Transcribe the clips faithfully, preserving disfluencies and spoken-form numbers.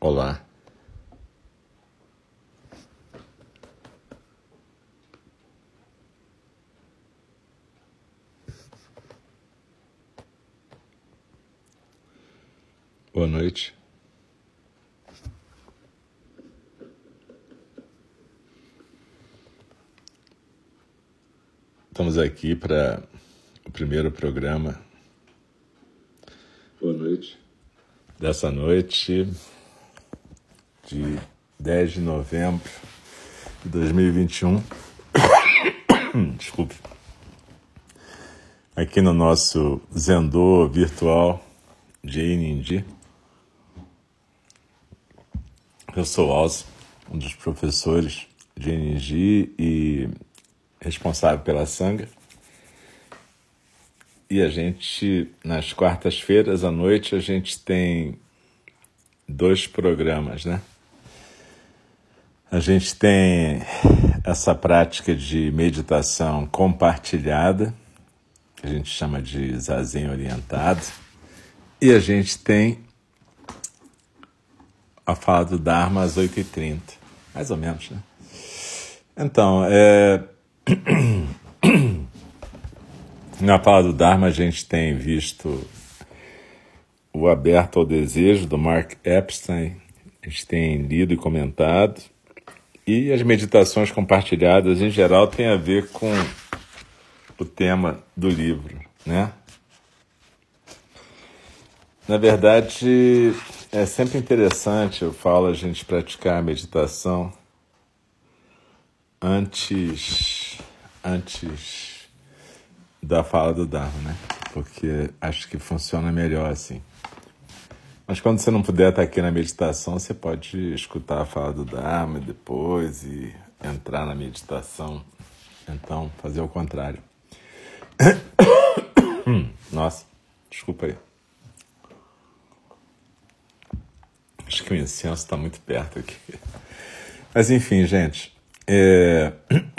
Olá. Boa noite. Estamos aqui para o primeiro programa. Boa noite. Dessa noite de dez de novembro de dois mil e vinte e um. Desculpe. Aqui no nosso Zendô virtual de Inindi. Eu sou o Alzo, um dos professores de Inindi e responsável pela Sangha. E a gente, nas quartas-feiras à noite, a gente tem dois programas, né? A gente tem essa prática de meditação compartilhada, que a gente chama de Zazen orientado, e a gente tem a fala do Dharma às oito e trinta, mais ou menos, né? Então, é... na fala do Dharma a gente tem visto o Aberto ao Desejo, do Mark Epstein, a gente tem lido e comentado, e as meditações compartilhadas, em geral, têm a ver com o tema do livro, né? Na verdade, é sempre interessante, eu falo, a gente praticar a meditação antes, antes da fala do Dharma, né? Porque acho que funciona melhor assim. Mas quando você não puder estar aqui na meditação, você pode escutar a fala do Dharma depois e entrar na meditação. Então, fazer o contrário. Nossa, desculpa aí. Acho que o incenso está muito perto aqui. Mas enfim, gente. É...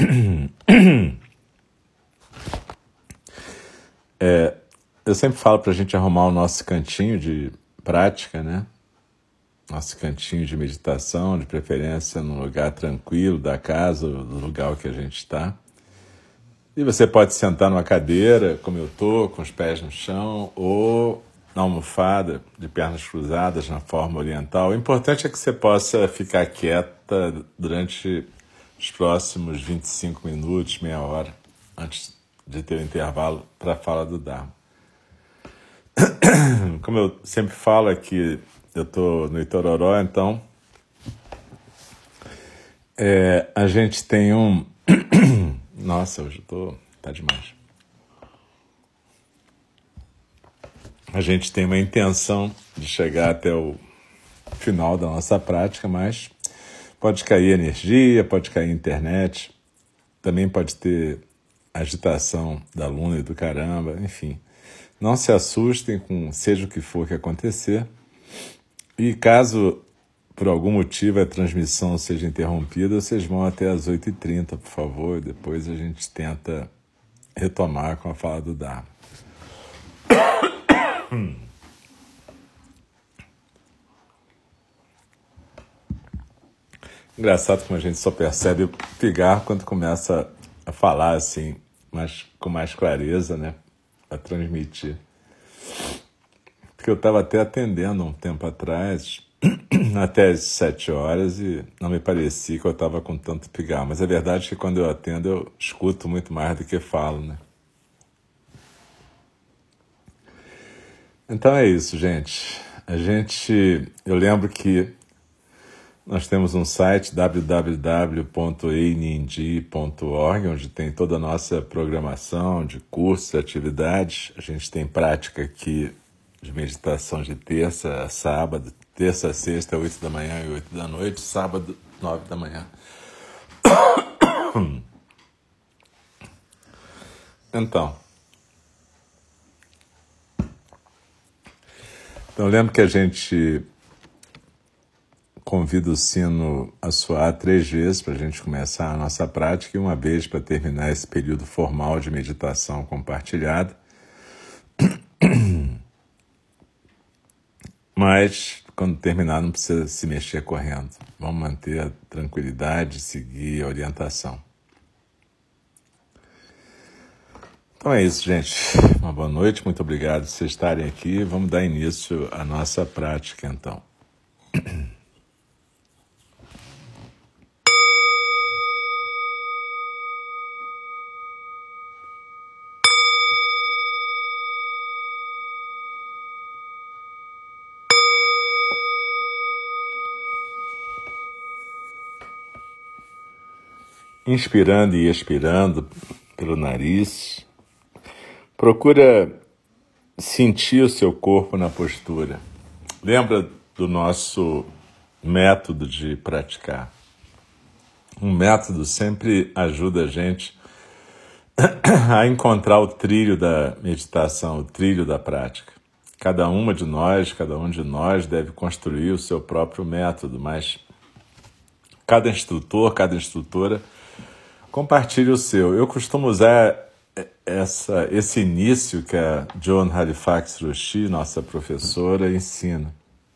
é... Eu sempre falo para a gente arrumar o nosso cantinho de prática, né? Nosso cantinho de meditação, de preferência num lugar tranquilo da casa, do lugar que a gente está. E você pode sentar numa cadeira, como eu estou, com os pés no chão, ou na almofada, de pernas cruzadas, na forma oriental. O importante é que você possa ficar quieta durante os próximos vinte e cinco minutos, meia hora, antes de ter o intervalo para a fala do Dharma. Como eu sempre falo aqui, eu estou no Itororó, então é, a gente tem um... Nossa, hoje eu tô... tá demais. A gente tem uma intenção de chegar até o final da nossa prática, mas pode cair energia, pode cair internet, também pode ter agitação da luna e do caramba, enfim. Não se assustem com seja o que for que acontecer. E caso, por algum motivo, a transmissão seja interrompida, vocês vão até às oito e trinta, por favor, e depois a gente tenta retomar com a fala do Dharma. Engraçado como a gente só percebe o pigarro quando começa a falar assim, mas com mais clareza, né? A transmitir. Porque eu estava até atendendo um tempo atrás, até às sete horas, e não me parecia que eu estava com tanto pigarro. Mas é verdade que quando eu atendo, eu escuto muito mais do que falo, né? Então é isso, gente. A gente... Eu lembro que nós temos um site, w w w ponto einindi ponto org, onde tem toda a nossa programação de cursos, atividades. A gente tem prática aqui de meditação de terça a sábado, terça a sexta, oito da manhã e oito da noite, sábado, nove da manhã. Então, então eu lembro que a gente convida o sino a soar três vezes para a gente começar a nossa prática e uma vez para terminar esse período formal de meditação compartilhada. Mas quando terminar não precisa se mexer correndo. Vamos manter a tranquilidade e seguir a orientação. Então é isso, gente. Uma boa noite, muito obrigado por vocês estarem aqui. Vamos dar início à nossa prática, então. Inspirando e expirando pelo nariz, procura sentir o seu corpo na postura. Lembra do nosso método de praticar. Um método sempre ajuda a gente a encontrar o trilho da meditação, o trilho da prática. Cada uma de nós, cada um de nós deve construir o seu próprio método, mas cada instrutor, cada instrutora compartilhe o seu. Eu costumo usar essa, esse início que a Joan Halifax Roshi, nossa professora, ensina,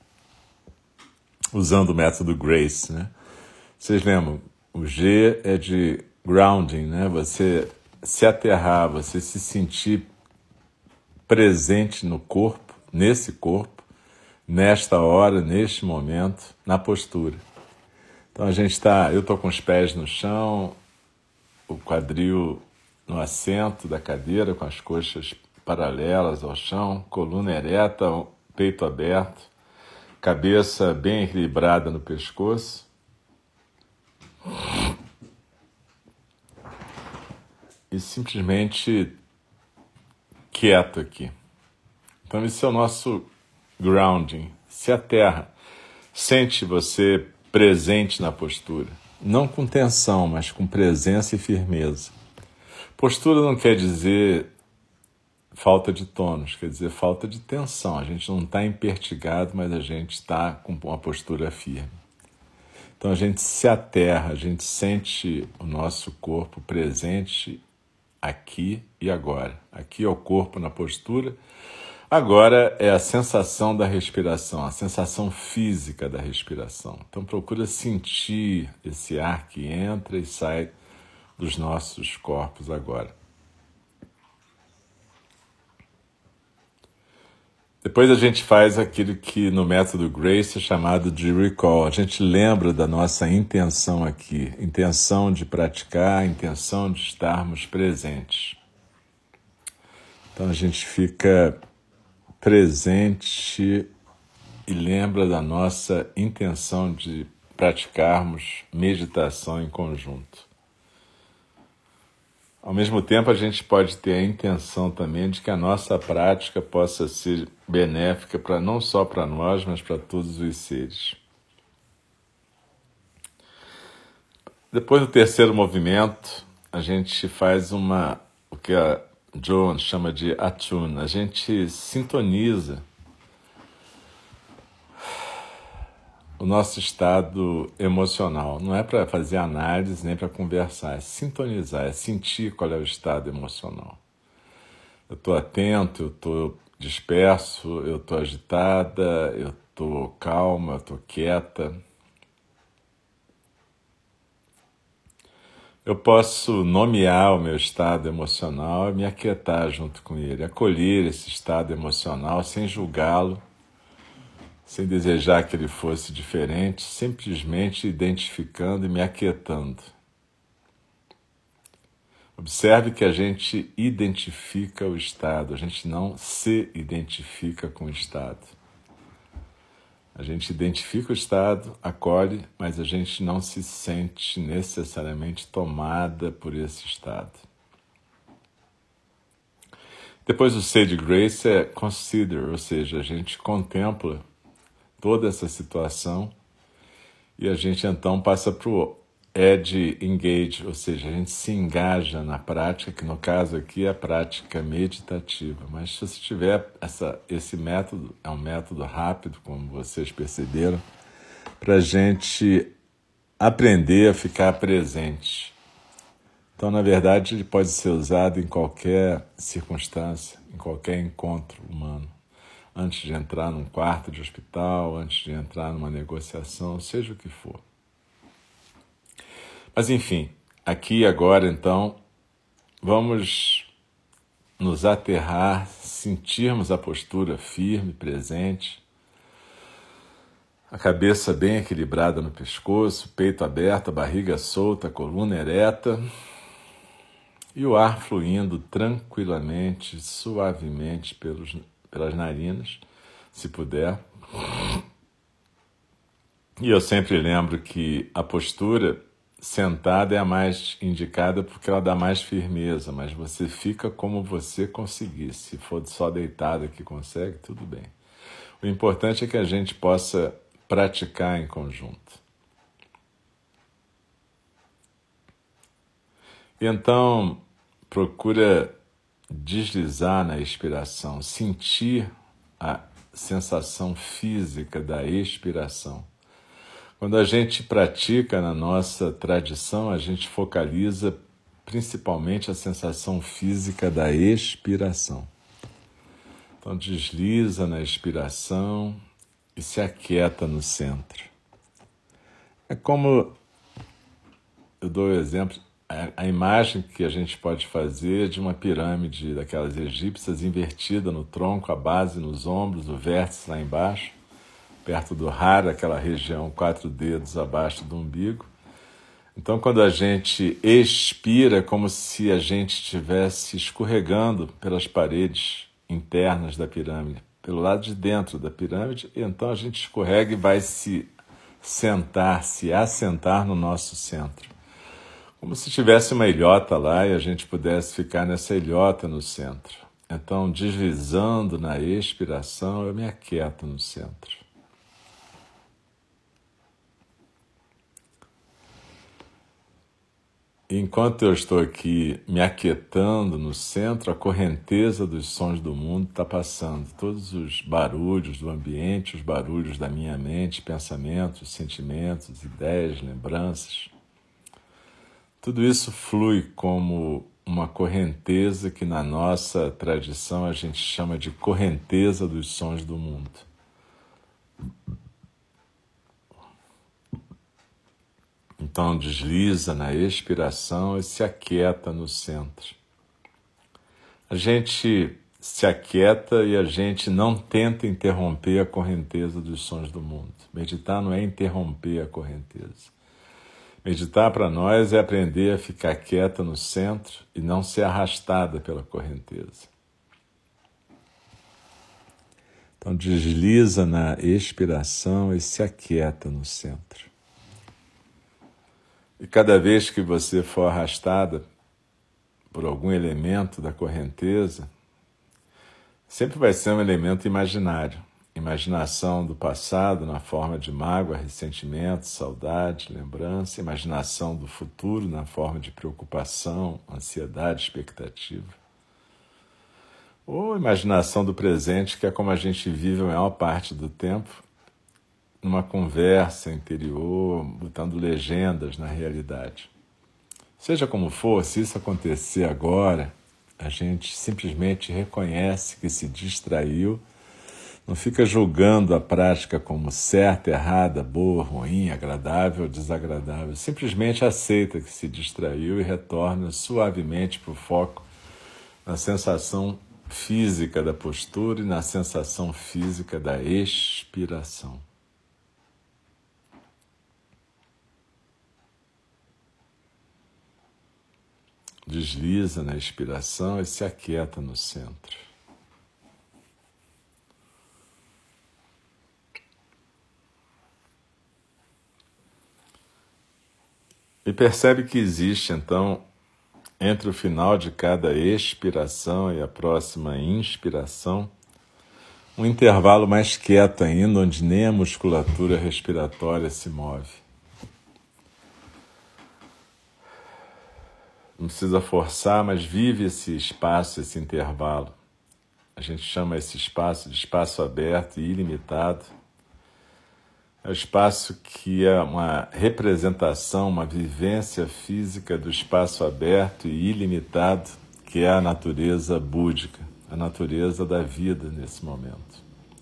usando o método Grace, né? Vocês lembram? O G é de grounding, né? Você se aterrar, você se sentir presente no corpo, nesse corpo, nesta hora, neste momento, na postura. Então a gente está, eu estou com os pés no chão, o quadril no assento da cadeira, com as coxas paralelas ao chão, coluna ereta, peito aberto, cabeça bem equilibrada no pescoço. E simplesmente quieto aqui. Então esse é o nosso grounding. Se aterra. Sente você presente na postura. Não com tensão, mas com presença e firmeza. Postura não quer dizer falta de tônus, quer dizer falta de tensão. A gente não está empertigado, mas a gente está com uma postura firme. Então a gente se aterra, a gente sente o nosso corpo presente aqui e agora. Aqui é o corpo na postura. Agora é a sensação da respiração, a sensação física da respiração. Então procura sentir esse ar que entra e sai dos nossos corpos agora. Depois a gente faz aquilo que no método Grace é chamado de recall. A gente lembra da nossa intenção aqui, intenção de praticar, intenção de estarmos presentes. Então a gente fica presente e lembra da nossa intenção de praticarmos meditação em conjunto. Ao mesmo tempo, a gente pode ter a intenção também de que a nossa prática possa ser benéfica para não só para nós, mas para todos os seres. Depois do terceiro movimento, a gente faz uma, o que a Joan chama de attune. A gente sintoniza o nosso estado emocional. Não é para fazer análise nem para conversar, é sintonizar, é sentir qual é o estado emocional. Eu estou atento, eu estou disperso, eu estou agitada, eu estou calma, eu estou quieta. Eu posso nomear o meu estado emocional e me aquietar junto com ele, acolher esse estado emocional sem julgá-lo, sem desejar que ele fosse diferente, simplesmente identificando e me aquietando. Observe que a gente identifica o estado, a gente não se identifica com o estado. A gente identifica o estado, acolhe, mas a gente não se sente necessariamente tomada por esse estado. Depois o C de Grace é consider, ou seja, a gente contempla toda essa situação e a gente então passa para o E de engage, ou seja, a gente se engaja na prática, que no caso aqui é a prática meditativa. Mas se você tiver essa, esse método, é um método rápido, como vocês perceberam, para a gente aprender a ficar presente. Então, na verdade, ele pode ser usado em qualquer circunstância, em qualquer encontro humano. antes de entrar num quarto de hospital, antes de entrar numa negociação, seja o que for. Mas enfim, aqui e agora então, vamos nos aterrar, sentirmos a postura firme, presente, a cabeça bem equilibrada no pescoço, peito aberto, a barriga solta, a coluna ereta e o ar fluindo tranquilamente, suavemente pelos, pelas narinas, se puder. E eu sempre lembro que a postura sentada é a mais indicada porque ela dá mais firmeza, mas você fica como você conseguir. Se for só deitada que consegue, tudo bem. O importante é que a gente possa praticar em conjunto. E então, procura deslizar na expiração, sentir a sensação física da expiração. Quando a gente pratica na nossa tradição, a gente focaliza principalmente a sensação física da expiração. Então desliza na expiração e se aquieta no centro. É como, eu dou o exemplo, a, a imagem que a gente pode fazer de uma pirâmide daquelas egípcias invertida no tronco, a base nos ombros, o vértice lá embaixo, perto do hara, aquela região, quatro dedos abaixo do umbigo. Então, quando a gente expira, é como se a gente estivesse escorregando pelas paredes internas da pirâmide, pelo lado de dentro da pirâmide, e então a gente escorrega e vai se sentar, se assentar no nosso centro. Como se tivesse uma ilhota lá e a gente pudesse ficar nessa ilhota no centro. Então, deslizando na expiração, eu me aquieto no centro. Enquanto eu estou aqui me aquietando no centro, a correnteza dos sons do mundo está passando. Todos os barulhos do ambiente, os barulhos da minha mente, pensamentos, sentimentos, ideias, lembranças. Tudo isso flui como uma correnteza que na nossa tradição a gente chama de correnteza dos sons do mundo. Então desliza na expiração e se aquieta no centro. A gente se aquieta e a gente não tenta interromper a correnteza dos sons do mundo. Meditar não é interromper a correnteza. Meditar para nós é aprender a ficar quieta no centro e não ser arrastada pela correnteza. Então desliza na expiração e se aquieta no centro. E cada vez que você for arrastada por algum elemento da correnteza, sempre vai ser um elemento imaginário. Imaginação do passado na forma de mágoa, ressentimento, saudade, lembrança. Imaginação do futuro na forma de preocupação, ansiedade, expectativa. Ou imaginação do presente, que é como a gente vive a maior parte do tempo, numa conversa interior, botando legendas na realidade. Seja como for, se isso acontecer agora, a gente simplesmente reconhece que se distraiu, não fica julgando a prática como certa, errada, boa, ruim, agradável, desagradável. Simplesmente aceita que se distraiu e retorna suavemente para o foco na sensação física da postura e na sensação física da expiração. Desliza na expiração e se aquieta no centro. E percebe que existe, então, entre o final de cada expiração e a próxima inspiração, um intervalo mais quieto ainda, onde nem a musculatura respiratória se move. Não precisa forçar, mas vive esse espaço, esse intervalo. A gente chama esse espaço de espaço aberto e ilimitado. É o espaço que é uma representação, uma vivência física do espaço aberto e ilimitado, que é a natureza búdica, a natureza da vida nesse momento.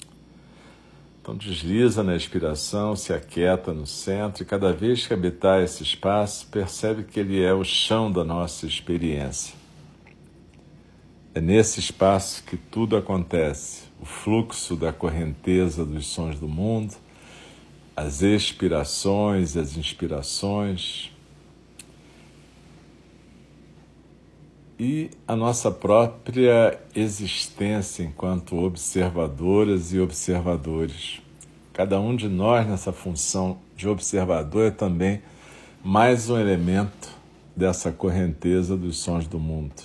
Então desliza na expiração, se aquieta no centro e cada vez que habitar esse espaço, percebe que ele é o chão da nossa experiência. É nesse espaço que tudo acontece, o fluxo da correnteza dos sons do mundo, as expirações e as inspirações e a nossa própria existência enquanto observadoras e observadores. Cada um de nós nessa função de observador é também mais um elemento dessa correnteza dos sons do mundo.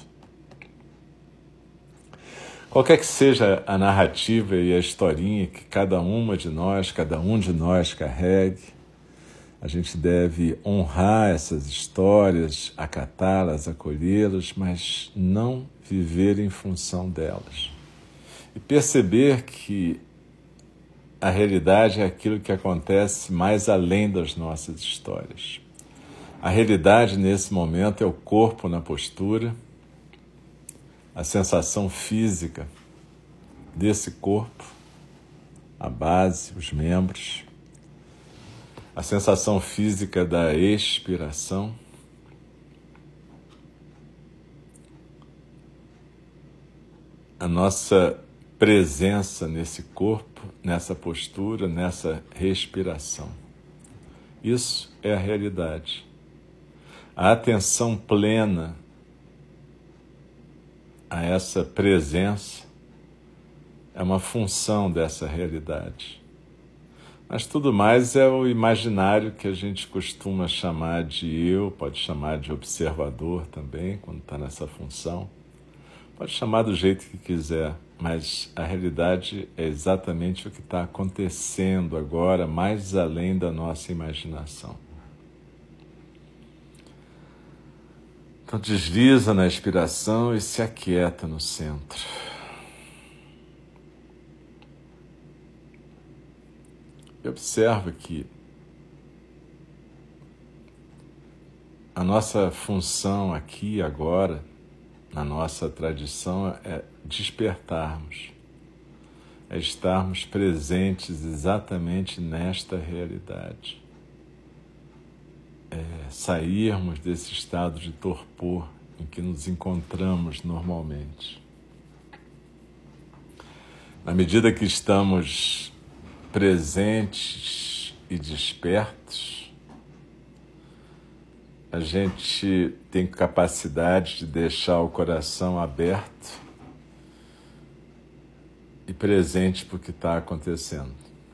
Qualquer que seja a narrativa e a historinha que cada uma de nós, cada um de nós carregue, a gente deve honrar essas histórias, acatá-las, acolhê-las, mas não viver em função delas. E perceber que a realidade é aquilo que acontece mais além das nossas histórias. A realidade nesse momento é o corpo na postura, a sensação física desse corpo, a base, os membros, a sensação física da expiração, a nossa presença nesse corpo, nessa postura, nessa respiração. Isso é a realidade. A atenção plena a essa presença é uma função dessa realidade. Mas tudo mais é o imaginário que a gente costuma chamar de eu, pode chamar de observador também, quando está nessa função. Pode chamar do jeito que quiser, mas a realidade é exatamente o que está acontecendo agora, mais além da nossa imaginação. Então desliza na expiração e se aquieta no centro. E observa que a nossa função aqui agora, na nossa tradição, é despertarmos, é estarmos presentes exatamente nesta realidade. É sairmos desse estado de torpor em que nos encontramos normalmente. Na medida que estamos presentes e despertos, a gente tem capacidade de deixar o coração aberto e presente para o que está acontecendo.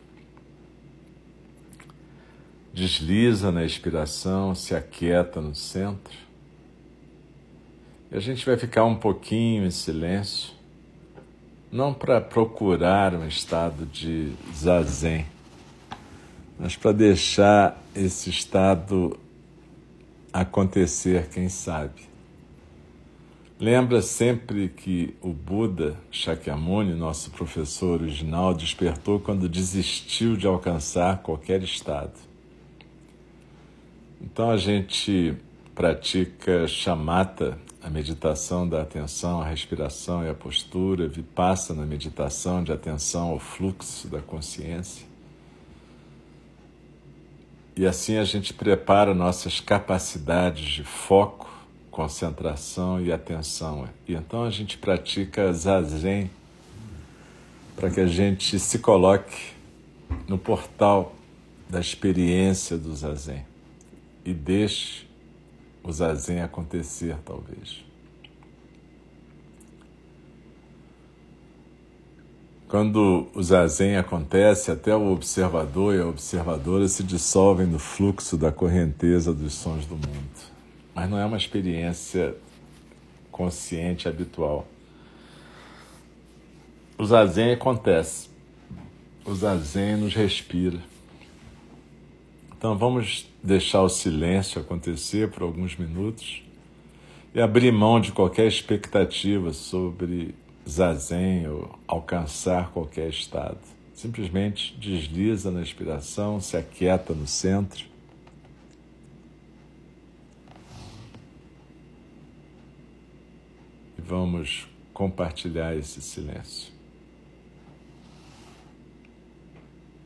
Desliza na expiração, se aquieta no centro. E a gente vai ficar um pouquinho em silêncio, não para procurar um estado de zazen, mas para deixar esse estado acontecer, quem sabe. Lembra sempre que o Buda Shakyamuni, nosso professor original, despertou quando desistiu de alcançar qualquer estado. Então a gente pratica shamatha, a meditação da atenção à respiração e à postura, vipassana, a meditação de atenção ao fluxo da consciência. E assim a gente prepara nossas capacidades de foco, concentração e atenção. E então a gente pratica zazen para que a gente se coloque no portal da experiência do zazen e deixe o zazen acontecer, talvez. Quando o zazen acontece, até o observador e a observadora se dissolvem no fluxo da correnteza dos sons do mundo. Mas não é uma experiência consciente, habitual. O zazen acontece. O zazen nos respira. Então vamos deixar o silêncio acontecer por alguns minutos e abrir mão de qualquer expectativa sobre zazen ou alcançar qualquer estado. Simplesmente desliza na expiração, se aquieta no centro. E vamos compartilhar esse silêncio.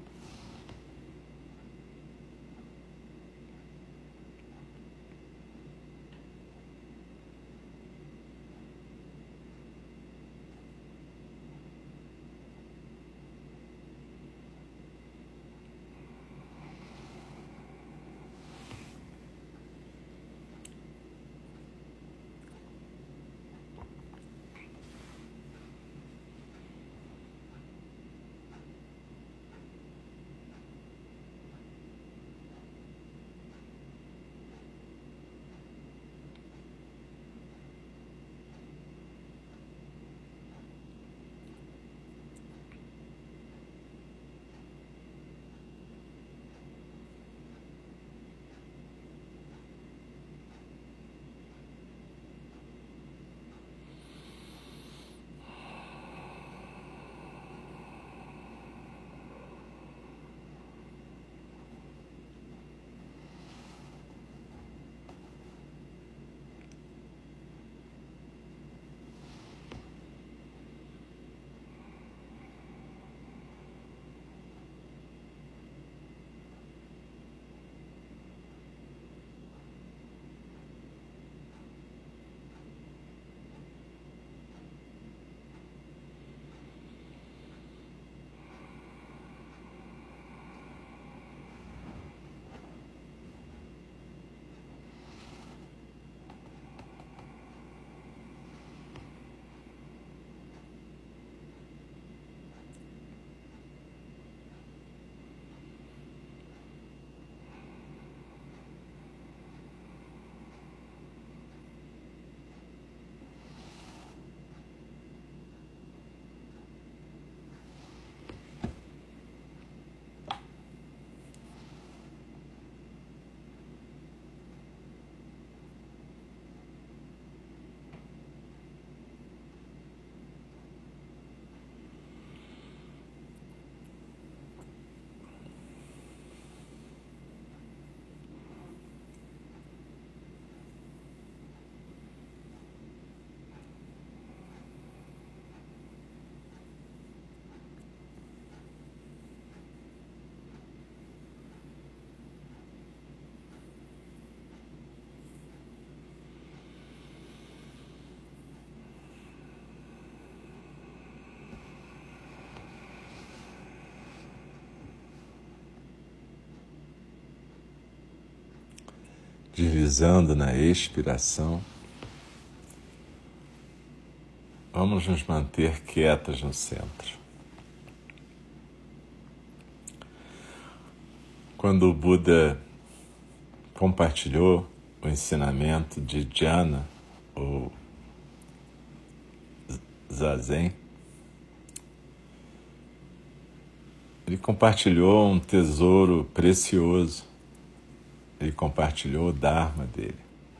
deslizando na expiração. Vamos nos manter quietas no centro. Quando o Buda compartilhou o ensinamento de Dhyana, ou Zazen, ele compartilhou um tesouro precioso. Ele compartilhou o Dharma dele.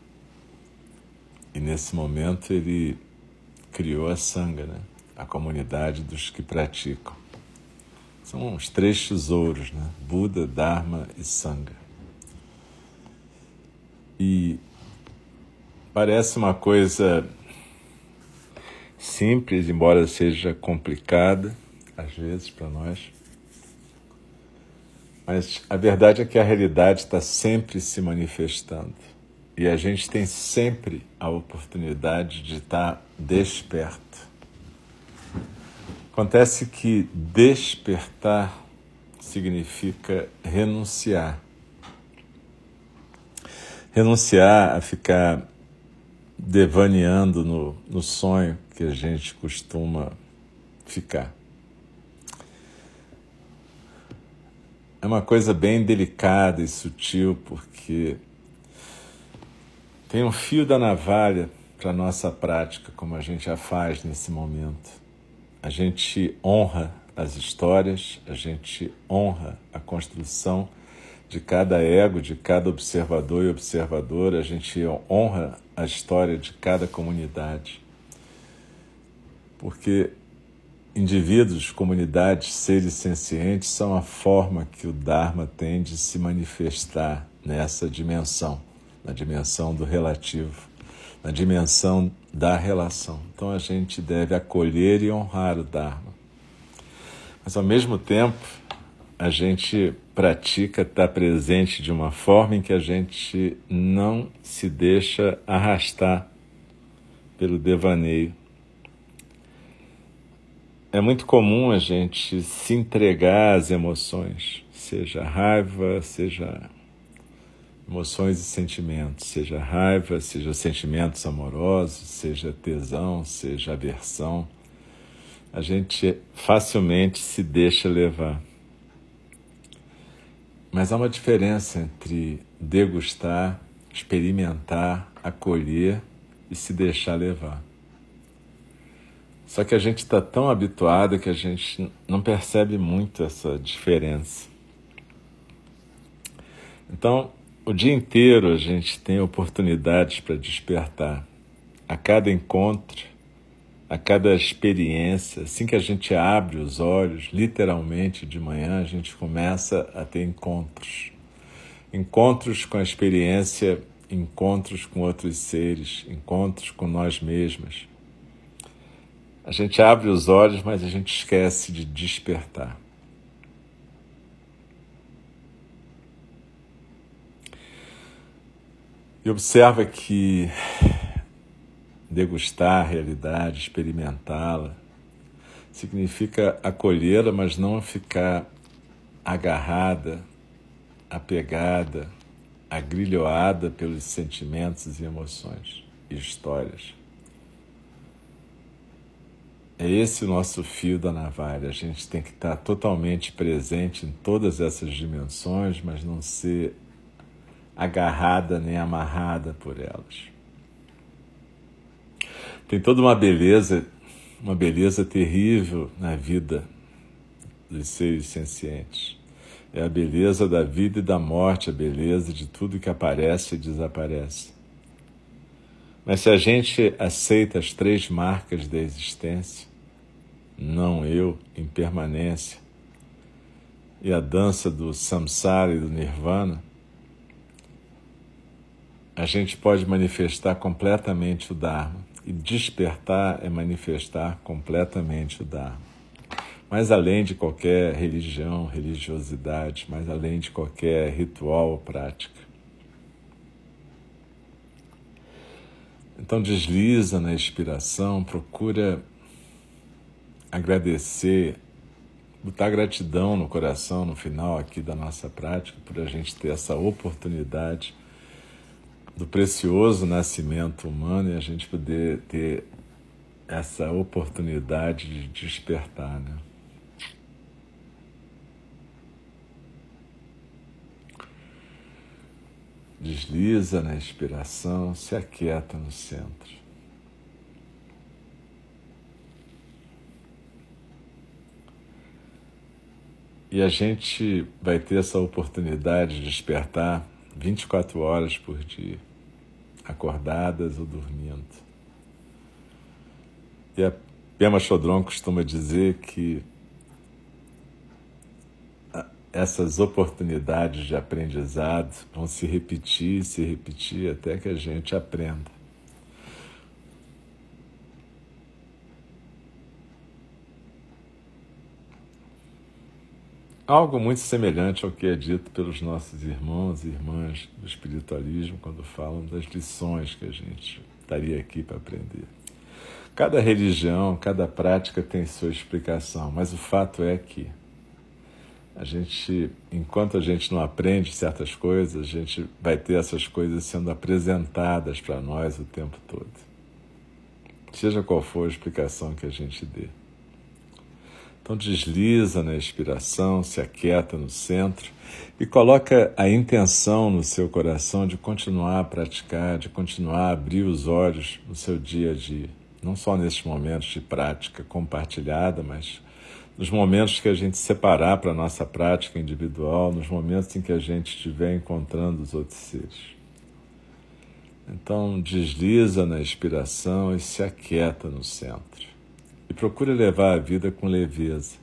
E nesse momento ele criou a Sangha, né? A comunidade dos que praticam. São os três tesouros, né? Buda, Dharma e Sangha. E parece uma coisa simples, embora seja complicada, às vezes, para nós. Mas a verdade é que a realidade está sempre se manifestando. E a gente tem sempre a oportunidade de estar desperto. Acontece que despertar significa renunciar. Renunciar a ficar devaneando no, no sonho que a gente costuma ficar. É uma coisa bem delicada e sutil, porque tem um fio da navalha para a nossa prática, como a gente a faz nesse momento. A gente honra as histórias, a gente honra a construção de cada ego, de cada observador e observadora, a gente honra a história de cada comunidade. Porque indivíduos, comunidades, seres sencientes são a forma que o Dharma tem de se manifestar nessa dimensão, na dimensão do relativo, na dimensão da relação. Então a gente deve acolher e honrar o Dharma. Mas ao mesmo tempo, a gente pratica estar presente de uma forma em que a gente não se deixa arrastar pelo devaneio. É muito comum a gente se entregar às emoções, seja raiva, seja emoções e sentimentos, seja raiva, seja sentimentos amorosos, seja tesão, seja aversão. A gente facilmente se deixa levar. Mas há uma diferença entre degustar, experimentar, acolher e se deixar levar. Só que a gente está tão habituado que a gente não percebe muito essa diferença. Então, o dia inteiro a gente tem oportunidades para despertar. A cada encontro, a cada experiência, assim que a gente abre os olhos, literalmente de manhã, a gente começa a ter encontros. Encontros com a experiência, encontros com outros seres, encontros com nós mesmas. A gente abre os olhos, mas a gente esquece de despertar. E observa que degustar a realidade, experimentá-la, significa acolhê-la, mas não ficar agarrada, apegada, agrilhoada pelos sentimentos e emoções e histórias. É esse o nosso fio da navalha. A gente tem que estar totalmente presente em todas essas dimensões, mas não ser agarrada nem amarrada por elas. Tem toda uma beleza, uma beleza terrível na vida dos seres sencientes. É a beleza da vida e da morte, a beleza de tudo que aparece e desaparece. Mas se a gente aceita as três marcas da existência, não eu, impermanência, e a dança do samsara e do nirvana, a gente pode manifestar completamente o Dharma. E despertar é manifestar completamente o Dharma. Mais além de qualquer religião, religiosidade, mais além de qualquer ritual ou prática. Então desliza na expiração, procura agradecer, botar gratidão no coração no final aqui da nossa prática, por a gente ter essa oportunidade do precioso nascimento humano e a gente poder ter essa oportunidade de despertar, né? Desliza na expiração, se aquieta no centro. E a gente vai ter essa oportunidade de despertar vinte e quatro horas por dia, acordadas ou dormindo. E a Pema Chodron costuma dizer que essas oportunidades de aprendizado vão se repetir, se repetir até que a gente aprenda. Algo muito semelhante ao que é dito pelos nossos irmãos e irmãs do espiritualismo quando falam das lições que a gente estaria aqui para aprender. Cada religião, cada prática tem sua explicação, mas o fato é que a gente, enquanto a gente não aprende certas coisas, a gente vai ter essas coisas sendo apresentadas para nós o tempo todo. Seja qual for a explicação que a gente dê. Então desliza na expiração, se aquieta no centro e coloca a intenção no seu coração de continuar a praticar, de continuar a abrir os olhos no seu dia a dia. Não só nesses momentos de prática compartilhada, mas nos momentos que a gente separar para a nossa prática individual, nos momentos em que a gente estiver encontrando os outros seres. Então desliza na expiração e se aquieta no centro. E procura levar a vida com leveza.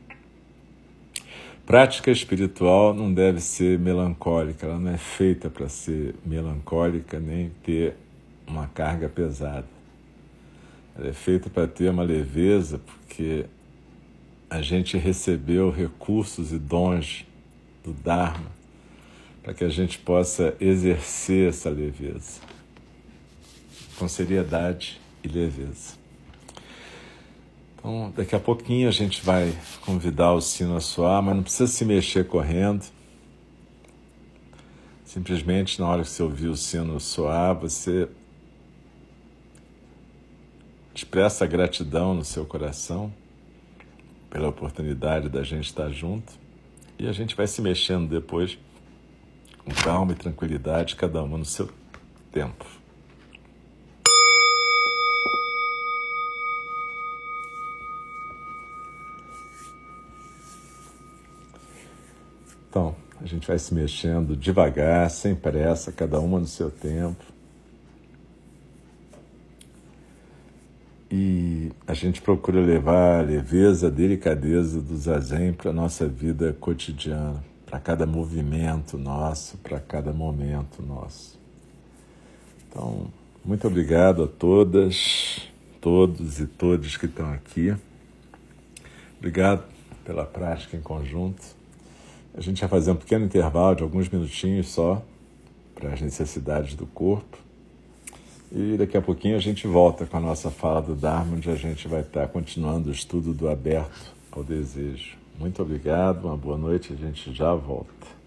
Prática espiritual não deve ser melancólica, ela não é feita para ser melancólica nem ter uma carga pesada. Ela é feita para ter uma leveza, porque a gente recebeu recursos e dons do Dharma para que a gente possa exercer essa leveza com seriedade e leveza. Então, daqui a pouquinho a gente vai convidar o sino a soar, mas não precisa se mexer correndo. Simplesmente, na hora que você ouvir o sino soar, você expressa gratidão no seu coração pela oportunidade da gente estar junto, e a gente vai se mexendo depois com calma e tranquilidade, cada uma no seu tempo. Então, a gente vai se mexendo devagar, sem pressa, cada uma no seu tempo. E a gente procura levar a leveza, a delicadeza do zazen para a nossa vida cotidiana, para cada movimento nosso, para cada momento nosso. Então, muito obrigado a todas, todos e todas que estão aqui. Obrigado pela prática em conjunto. A gente vai fazer um pequeno intervalo de alguns minutinhos só para as necessidades do corpo. E daqui a pouquinho a gente volta com a nossa fala do Dharma, onde a gente vai estar continuando o estudo do aberto ao desejo. Muito obrigado, uma boa noite, a gente já volta.